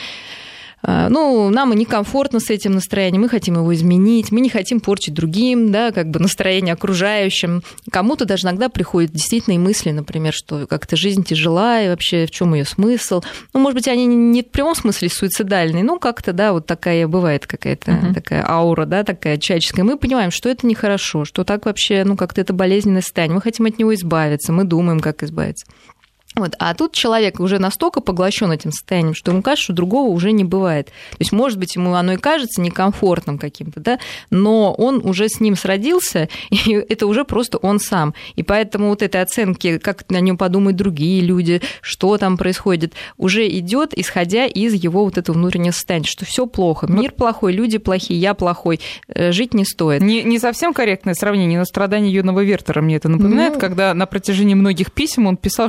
ну, нам некомфортно с этим настроением, мы хотим его изменить, мы не хотим портить другим, да, как бы настроение окружающим. Кому-то даже иногда приходят действительно и мысли, например, что как-то жизнь тяжела, и вообще в чем ее смысл. Ну, может быть, они не в прямом смысле суицидальные, но как-то, да, вот такая бывает какая-то такая аура, да, такая человеческая. Мы понимаем, что это нехорошо, что так вообще, ну, как-то это болезненное состояние, мы хотим от него избавиться, мы думаем, как избавиться. Вот. А тут человек уже настолько поглощен этим состоянием, что ему кажется, что другого уже не бывает. То есть, может быть, ему оно и кажется некомфортным каким-то, да, но он уже с ним сродился, и это уже просто он сам. И поэтому вот этой оценки, как о нем подумают другие люди, что там происходит, уже идет, исходя из его вот этого внутреннего состояния, что все плохо, мир плохой, люди плохие, я плохой, жить не стоит. Не совсем корректное сравнение, но страдания юного Вертера мне это напоминает, когда на протяжении многих писем он писал, что это делает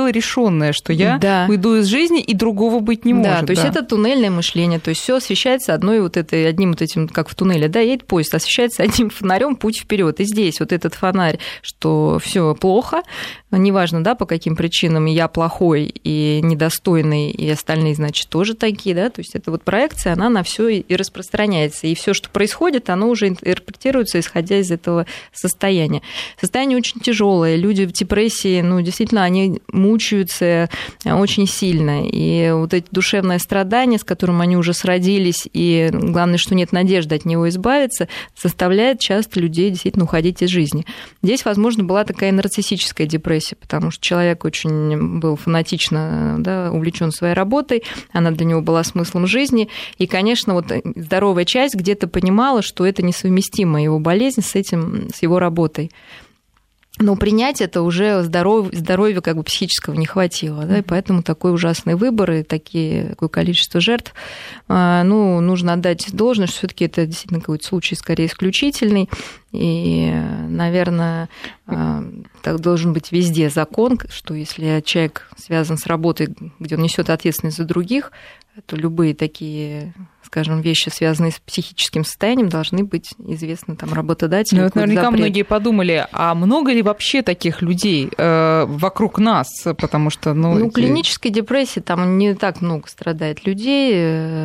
дело решенное, что я уйду из жизни, и другого быть не может. Да, то есть это туннельное мышление, то есть все освещается одним этим, как в туннеле, едет поезд, освещается одним фонарем путь вперед. И здесь вот этот фонарь, что все плохо, неважно, по каким причинам я плохой и недостойный, и остальные, значит, тоже такие, то есть это вот проекция, она на все и распространяется, и все, что происходит, оно уже интерпретируется, исходя из этого состояния. Состояние очень тяжелое, люди в депрессии, действительно, они мучаются очень сильно, и вот эти душевные страдания, с которым они уже сродились, и главное, что нет надежды от него избавиться, заставляет часто людей действительно уходить из жизни. Здесь, возможно, была такая нарциссическая депрессия, потому что человек очень был фанатично увлечен своей работой, она для него была смыслом жизни, и, конечно, вот здоровая часть где-то понимала, что это несовместимо, его болезнь с его работой. Но принять это уже здоровья психического не хватило, и поэтому такой ужасный выбор и такое количество жертв. Нужно отдать должное, что все-таки это действительно какой-то случай скорее исключительный, и, наверное, так должен быть везде закон, что если человек связан с работой, где он несет ответственность за других, то любые такие, скажем, вещи, связанные с психическим состоянием, должны быть известны работодателю. Наверняка многие подумали, а много ли вообще таких людей вокруг нас? Потому что, клинической депрессии там не так много страдает людей.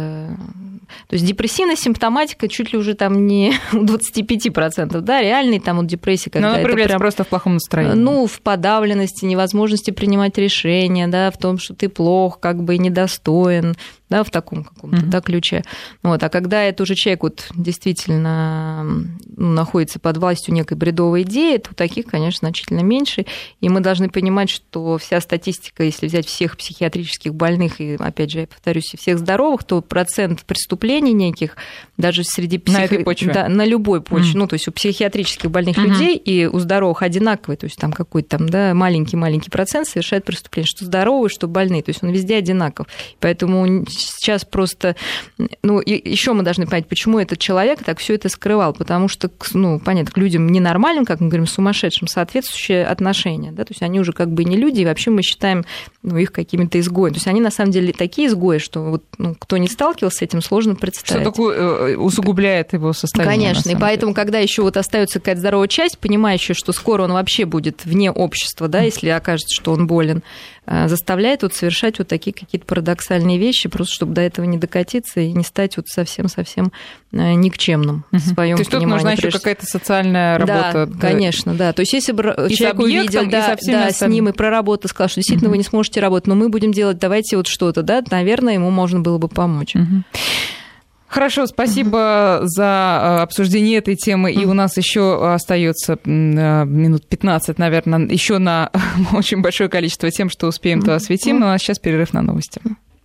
То есть депрессивная симптоматика чуть ли уже не у 25%, реальный депрессия, когда она проявляется прям, просто в плохом настроении. В подавленности, невозможности принимать решения, в том, что ты плох, недостоин, в таком каком-то ключе. А когда это уже человек действительно находится под властью некой бредовой идеи, то таких, конечно, значительно меньше. И мы должны понимать, что вся статистика, если взять всех психиатрических больных, и, опять же, я повторюсь, и всех здоровых, то процент преступлений неких, даже среди на этой почве. На любой почве, то есть у психиатрических больных людей и у здоровых одинаковый, то есть там какой-то маленький процент совершает преступление, что здоровые, что больные, то есть он везде одинаков. Поэтому сейчас просто, еще мы должны понять, почему этот человек так все это скрывал, потому что, понятно, к людям ненормальным, как мы говорим, сумасшедшим, соответствующее отношение, то есть они уже не люди, и вообще мы считаем их какими-то изгоями. То есть они на самом деле такие изгои, что кто не сталкивался с этим, сложно представить. Что такое усугубляет его состояние. Конечно, и поэтому, когда еще остается какая-то здоровая часть, понимающая, что скоро он вообще будет вне общества, если окажется, что он болен, заставляет совершать такие какие-то парадоксальные вещи, просто чтобы до этого не докатиться и не стать совсем-совсем никчемным в своем понимании. То есть тут нужна еще какая-то социальная работа. Да, конечно, да. То есть если бы человек увидел, с ним и проработал, сказал, что действительно вы не сможете работать, но мы будем делать, давайте что-то, наверное, ему можно было бы помочь. Хорошо, спасибо за обсуждение этой темы. И у нас еще остается минут 15, наверное, еще на очень большое количество тем, что успеем, то осветим. Но у нас сейчас перерыв на новости.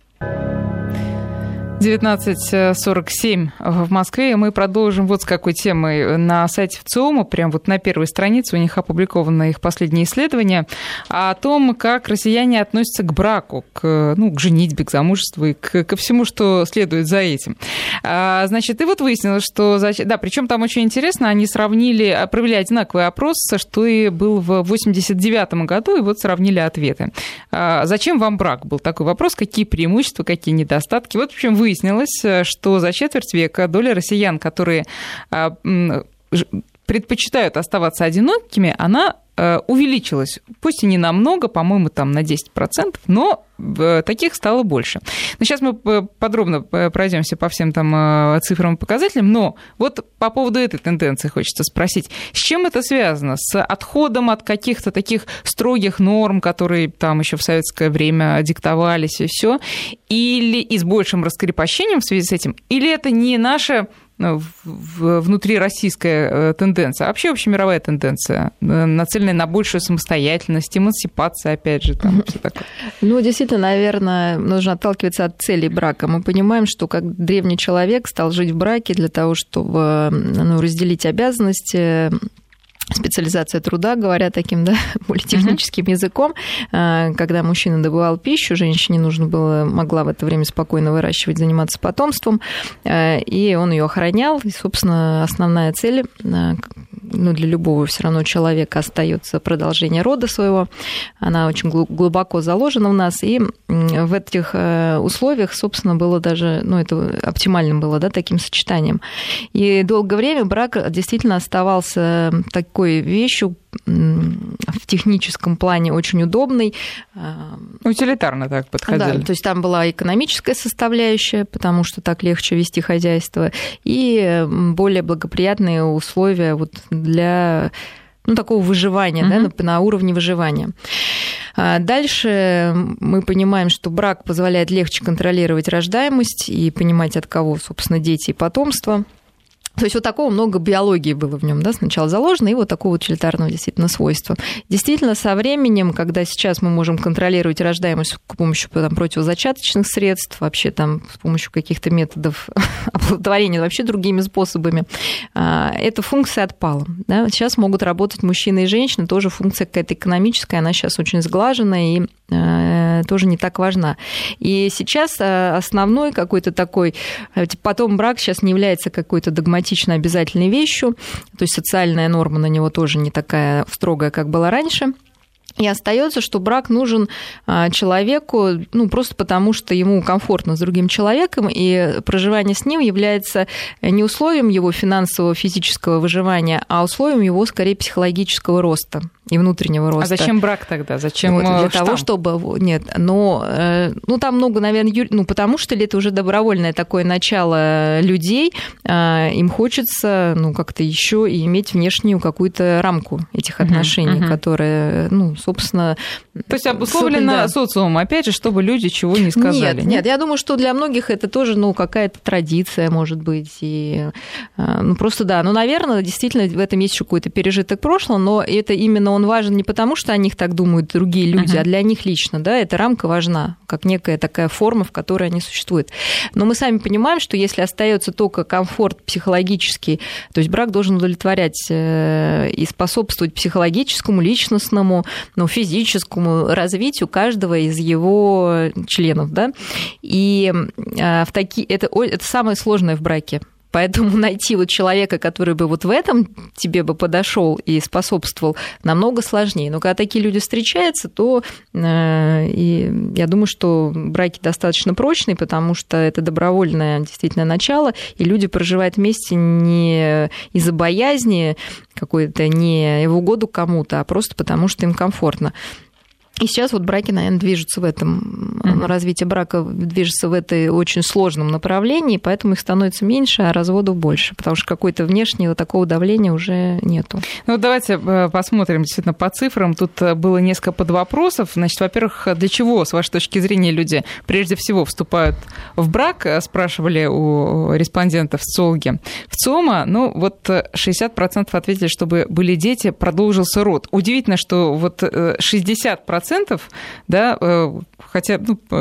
19:47 в Москве. Мы продолжим с какой темой. На сайте ВЦИОМа, прям на первой странице, у них опубликовано их последнее исследование о том, как россияне относятся к браку, к женитьбе, к замужеству и ко всему, что следует за этим. Значит, и выяснилось, что... Да, причем там очень интересно, они провели одинаковый опрос, что и был в 1989 году, и сравнили ответы. Зачем вам брак? Был такой вопрос. Какие преимущества, какие недостатки? В общем, выяснилось, что за четверть века доля россиян, которые предпочитают оставаться одинокими, она увеличилась. Пусть и не намного, по-моему, на 10%, но таких стало больше. Но сейчас мы подробно пройдемся по всем цифрам и показателям, но по поводу этой тенденции хочется спросить, с чем это связано? С отходом от каких-то таких строгих норм, которые еще в советское время диктовались и все, или и с большим раскрепощением в связи с этим, или это не наша внутрироссийская тенденция, а вообще общемировая тенденция, нацеленная на большую самостоятельность, эмансипация, опять же, все такое. Действительно, наверное, нужно отталкиваться от целей брака. Мы понимаем, что как древний человек стал жить в браке для того, чтобы разделить обязанности, специализация труда, говоря таким, да, более техническим языком. Когда мужчина добывал пищу, женщине могла в это время спокойно выращивать, заниматься потомством, и он ее охранял. И, собственно, основная цель, для любого все равно человека остается продолжение рода своего. Она очень глубоко заложена в нас, и в этих условиях, собственно, было даже, это оптимальным было, да, таким сочетанием. И долгое время брак действительно оставался такой вещью в техническом плане очень удобной. Утилитарно так подходили. Да, то есть там была экономическая составляющая, потому что так легче вести хозяйство, и более благоприятные условия вот для такого выживания, да, на уровне выживания. Дальше мы понимаем, что брак позволяет легче контролировать рождаемость и понимать, от кого, собственно, дети и потомство. То есть вот такого много биологии было в нем, да, сначала заложено, и вот такого утилитарного действительно свойства. Действительно, со временем, когда сейчас мы можем контролировать рождаемость с помощью противозачаточных средств, вообще там с помощью каких-то методов оплодотворения, вообще другими способами, эта функция отпала. Да. Сейчас могут работать мужчины и женщины, тоже функция какая-то экономическая, она сейчас очень сглажена и тоже не так важна. И сейчас основной какой-то такой, потом брак сейчас не является какой-то догматично обязательной вещью, то есть социальная норма на него тоже не такая строгая, как была раньше. И остается, что брак нужен человеку, просто потому, что ему комфортно с другим человеком, и проживание с ним является не условием его финансового, физического выживания, а условием его, скорее, психологического роста и внутреннего роста. А зачем брак тогда? Зачем для того, чтобы... Нет, там много, наверное, потому что это уже добровольное такое начало людей, им хочется, как-то еще и иметь внешнюю какую-то рамку этих отношений, которая, собственно... То есть обусловлено социумом, опять же, чтобы люди чего не сказали. Нет, я думаю, что для многих это тоже, какая-то традиция, может быть, и просто да. Наверное, действительно, в этом есть еще какой-то пережиток прошлого, но это именно он важен не потому, что о них так думают другие люди, а для них лично, да, эта рамка важна, как некая такая форма, в которой они существуют. Но мы сами понимаем, что если остается только комфорт психологический, то есть брак должен удовлетворять и способствовать психологическому, личностному, физическому развитию каждого из его членов, да, и это самое сложное в браке. Поэтому найти человека, который бы в этом тебе бы подошел и способствовал, намного сложнее. Но когда такие люди встречаются, то и я думаю, что браки достаточно прочные, потому что это добровольное действительно начало, и люди проживают вместе не из-за боязни какой-то, не в угоду кому-то, а просто потому, что им комфортно. И сейчас браки, наверное, движутся в этом, развитие брака движется в этой очень сложном направлении, поэтому их становится меньше, а разводов больше, потому что какой-то внешнего такого давления уже нету. Давайте посмотрим действительно по цифрам. Тут было несколько подвопросов. Значит, во-первых, для чего, с вашей точки зрения, люди прежде всего вступают в брак, спрашивали у респондентов социологи в ЦИОМа. 60% ответили, чтобы были дети, продолжился род. Удивительно, что 60%, да, хотя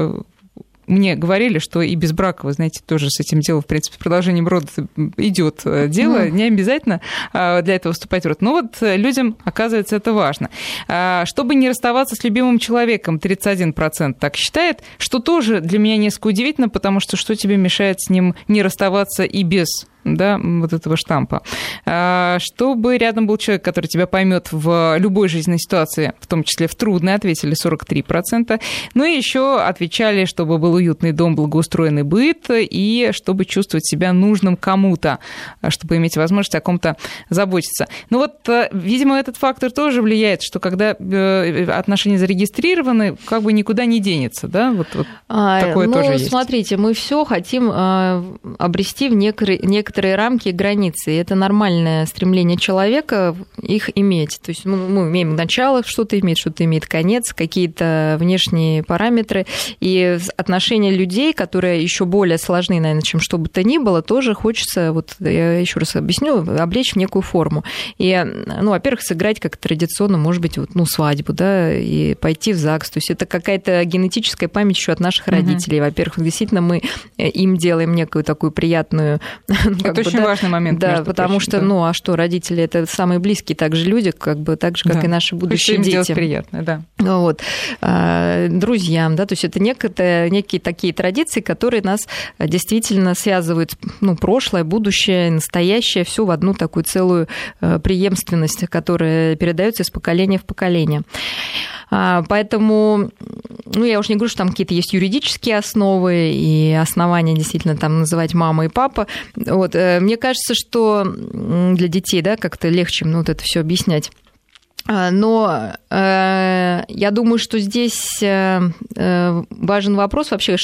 мне говорили, что и без брака, вы знаете, тоже с этим делом, в принципе, продолжением рода идет дело, не обязательно для этого вступать в род. Но людям, оказывается, это важно. Чтобы не расставаться с любимым человеком, 31% так считает, что тоже для меня несколько удивительно, потому что тебе мешает с ним не расставаться и без этого штампа. Чтобы рядом был человек, который тебя поймет в любой жизненной ситуации, в том числе в трудной, ответили 43%. И еще отвечали, чтобы был уютный дом, благоустроенный быт, и чтобы чувствовать себя нужным кому-то, чтобы иметь возможность о ком-то заботиться. Видимо, этот фактор тоже влияет, что когда отношения зарегистрированы, никуда не денется, да? Такое тоже есть. Смотрите, мы все хотим обрести в некоторые рамки и границы. И это нормальное стремление человека их иметь. То есть мы имеем начало, что-то имеет конец, какие-то внешние параметры. И отношения людей, которые еще более сложны, наверное, чем что бы то ни было, тоже хочется, я еще раз объясню, облечь в некую форму. И, во-первых, сыграть как традиционно, может быть, свадьбу, да, и пойти в ЗАГС. То есть это какая-то генетическая память еще от наших родителей. Во-первых, действительно, мы им делаем некую такую приятную Это очень важный момент. Да, потому что, ну, а что, родители — это самые близкие также люди, как бы так же, как и наши будущие дети. Делать приятно, да. Вот. Друзьям, да, то есть это некие такие традиции, которые нас действительно связывают, ну, прошлое, будущее, настоящее, все в одну такую целую преемственность, которая передается из поколения в поколение. Поэтому, ну, я уж не говорю, что там какие-то есть юридические основы и основания действительно там называть мама и папа. Вот. Мне кажется, что для детей, да, как-то легче, ну, вот это все объяснять. Но я думаю, что здесь важен вопрос вообще,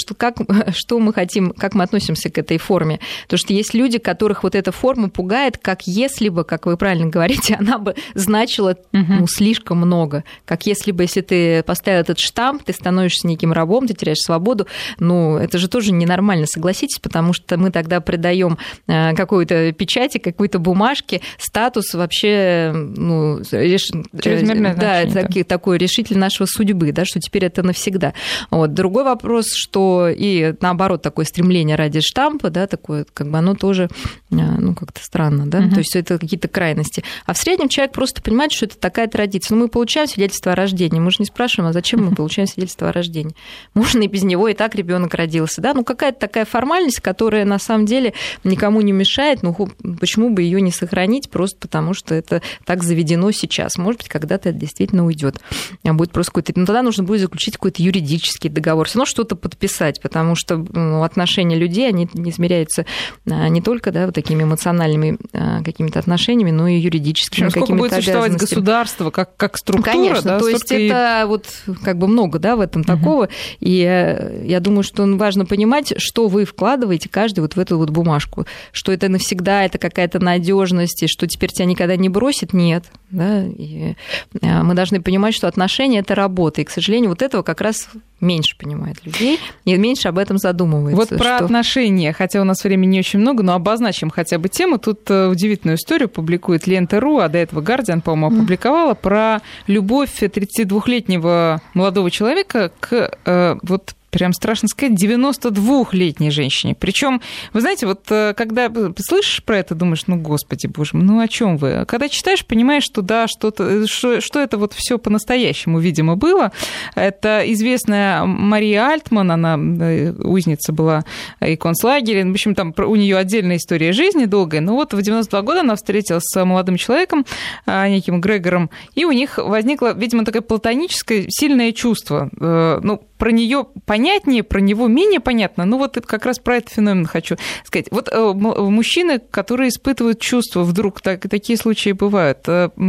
что мы хотим, как мы относимся к этой форме. Потому что есть люди, которых вот эта форма пугает, как если бы, как вы правильно говорите, она бы значила ну, слишком много. Как если бы, если ты поставил этот штамп, ты становишься неким рабом, ты теряешь свободу. Ну, это же тоже ненормально, согласитесь, потому что мы тогда придаем какой-то печати, какой-то бумажке статус вообще, ну, чрезмерное значение, да, такой решитель нашей судьбы, да, что теперь это навсегда. Вот. Другой вопрос, что и наоборот такое стремление ради штампа, да, такое, как бы оно тоже, ну, как-то странно, да, то есть это какие-то крайности. А в среднем человек просто понимает, что это такая традиция. Ну, мы получаем свидетельство о рождении, мы же не спрашиваем, а зачем мы получаем свидетельство о рождении? Можно и без него, и так ребенок родился, да, ну, какая-то такая формальность, которая на самом деле никому не мешает, ну, почему бы ее не сохранить, просто потому что это так заведено сейчас. Может быть, когда-то это действительно уйдет. Будет просто какой-то... Ну, тогда нужно будет заключить какой-то юридический договор, все равно что-то подписать, потому что отношения людей, они измеряются не только, да, вот такими эмоциональными какими-то отношениями, но и юридическими какими-то будет существовать государство как структура. Конечно, да, то есть это вот как бы много, да, в этом такого, и я думаю, что важно понимать, что вы вкладываете каждый вот в эту вот бумажку, что это навсегда, это какая-то надежность, и что теперь тебя никогда не бросит, нет, да, и мы должны понимать, что отношения – это работа, и, к сожалению, вот этого как раз меньше понимает людей и меньше об этом задумывается. Вот про отношения, хотя у нас времени не очень много, но обозначим хотя бы тему. Тут удивительную историю публикует Лента.ру, а до этого Guardian, по-моему, опубликовала про любовь 32-летнего молодого человека к вот прям страшно сказать, 92-летней женщине. Причем, вы знаете, вот когда слышишь про это, думаешь, ну, господи, боже мой, ну о чем вы? Когда читаешь, понимаешь, что да, что это вот все по-настоящему, видимо, было. Это известная Мария Альтман, она узница была и концлагеря. В общем, там у нее отдельная история жизни долгая. Но вот в 92 года она встретилась с молодым человеком, неким Грегором, и у них возникло, видимо, такое платоническое сильное чувство. Ну, про нее понятнее, про него менее понятно. Ну, вот как раз про этот феномен хочу сказать. Вот мужчины, которые испытывают чувства, вдруг такие случаи бывают.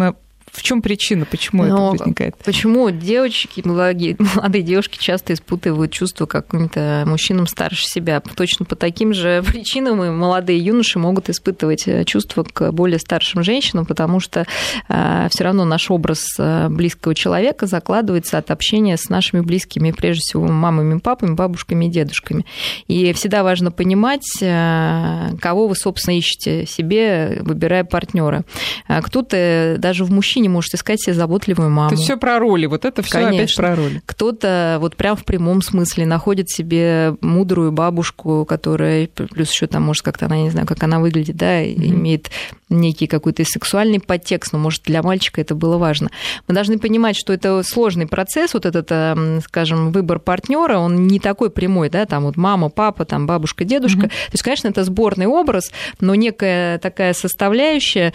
В чем причина, почему это возникает? Почему девочки, молодые девушки часто испытывают чувства к каким-то мужчинам старше себя? Точно по таким же причинам и молодые юноши могут испытывать чувства к более старшим женщинам, потому что все равно наш образ близкого человека закладывается от общения с нашими близкими, прежде всего, мамами, папами, бабушками и дедушками. И всегда важно понимать, кого вы, собственно, ищете себе, выбирая партнера. Кто-то даже в мужчине может искать себе заботливую маму. То есть все про роли, вот это все опять про роли. Кто-то вот прям в прямом смысле находит себе мудрую бабушку, которая, плюс еще там, может, как-то она, не знаю, как она выглядит, да, имеет некий какой-то сексуальный подтекст, но, может, для мальчика это было важно. Мы должны понимать, что это сложный процесс, вот этот, скажем, выбор партнера, он не такой прямой, да, там вот мама, папа, там бабушка, дедушка. То есть, конечно, это сборный образ, но некая такая составляющая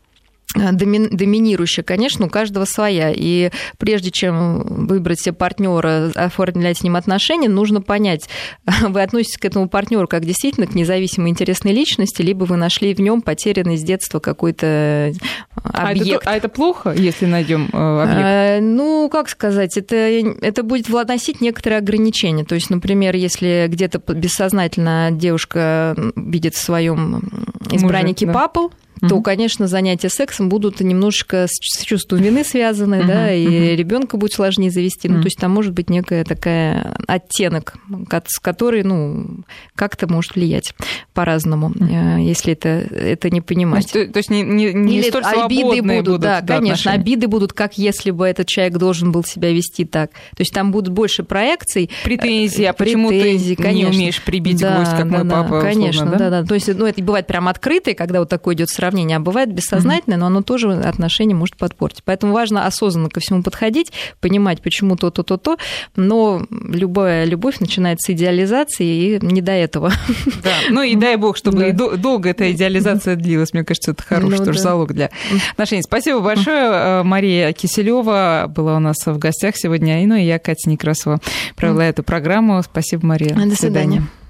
доминирующая, конечно, у каждого своя. И прежде чем выбрать себе партнера, оформлять с ним отношения, нужно понять, вы относитесь к этому партнеру как действительно к независимой интересной личности, либо вы нашли в нем потерянный с детства какой-то объект. А это плохо, если найдем объект? Ну, как сказать, это будет вносить некоторые ограничения. То есть, например, если где-то бессознательно девушка видит в своем избраннике папу, то, конечно, занятия сексом будут немножечко с чувством вины связаны, да, и ребенка будет сложнее завести. Ну, то есть там может быть некая такая оттенок, который, ну, как-то может влиять по-разному, если это не понимать. То есть не столь свободные будут, да, конечно, отношения. обиды будут, как если бы этот человек должен был себя вести так. То есть там будут больше проекций. Претензии, а почему ты не умеешь прибить гвоздь, как мой папа, конечно, условно, да? То есть, ну, это бывает прям открытое, когда вот такое идет сравнение, а бывает бессознательное, но оно тоже отношения может подпортить. Поэтому важно осознанно ко всему подходить, понимать, почему то, но любая любовь начинается с идеализации, и не до этого. Да, ну и дай бог, чтобы и долго эта идеализация длилась. Мне кажется, это хороший тоже залог для отношений. Спасибо большое. Мария Киселева была у нас в гостях сегодня, ну и я, Катя Некрасова, провела эту программу. Спасибо, Мария. До свидания.